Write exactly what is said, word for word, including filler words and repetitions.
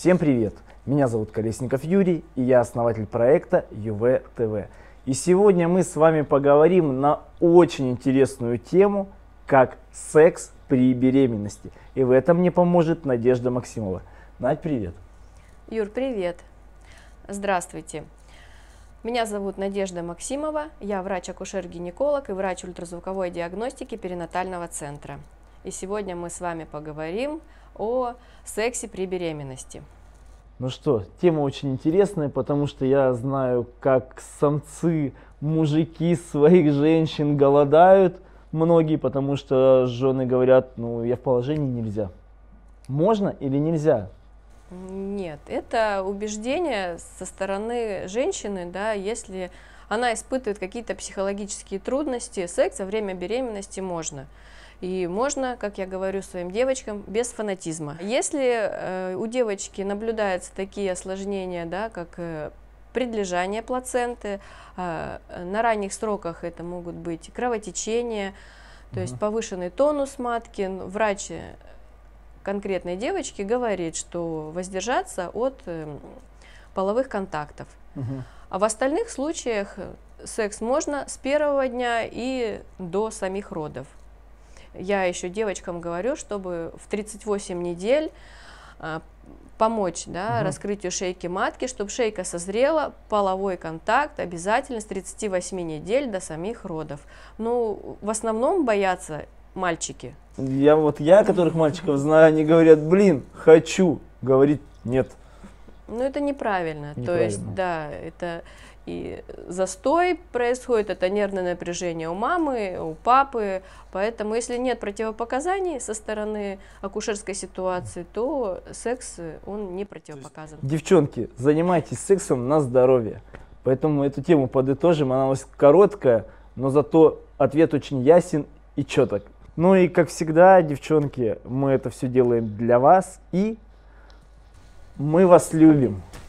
Всем привет! Меня зовут Колесников Юрий, и я основатель проекта ю ви тэ вэ. И сегодня мы с вами поговорим на очень интересную тему, как секс при беременности. И в этом мне поможет Надежда Максимова. Надь, привет! Юр, привет! Здравствуйте! Меня зовут Надежда Максимова, я врач-акушер-гинеколог и врач ультразвуковой диагностики перинатального центра. И сегодня мы с вами поговорим о сексе при беременности. Ну что, тема очень интересная, потому что я знаю, как самцы, мужики своих женщин голодают, многие, потому что жены говорят, ну я в положении, нельзя. Можно или нельзя? Нет, это убеждение со стороны женщины, да, если она испытывает какие-то психологические трудности, секс во время беременности можно. И можно, как я говорю своим девочкам, без фанатизма. Если э, у девочки наблюдаются такие осложнения, да, как э, предлежание плаценты, э, на ранних сроках это могут быть кровотечения, то есть повышенный тонус матки, врач конкретной девочки говорит, что воздержаться от э, половых контактов. Uh-huh. А в остальных случаях секс можно с первого дня и до самих родов. Я еще девочкам говорю, чтобы в тридцать восемь недель э, помочь, да, uh-huh. раскрытию шейки матки, чтобы шейка созрела, половой контакт обязательно с тридцати восьми недель до самих родов. Ну, в основном боятся мальчики. Я вот я, которых мальчиков знаю, они говорят, блин, хочу, говорит нет. Ну это неправильно. неправильно. То есть, да, это и застой происходит, это нервное напряжение у мамы, у папы, поэтому если нет противопоказаний со стороны акушерской ситуации, то секс, он не противопоказан. Девчонки, занимайтесь сексом на здоровье, поэтому эту тему подытожим, она у нас короткая, но зато ответ очень ясен и четок. Ну и как всегда, девчонки, мы это все делаем для вас, и мы вас любим.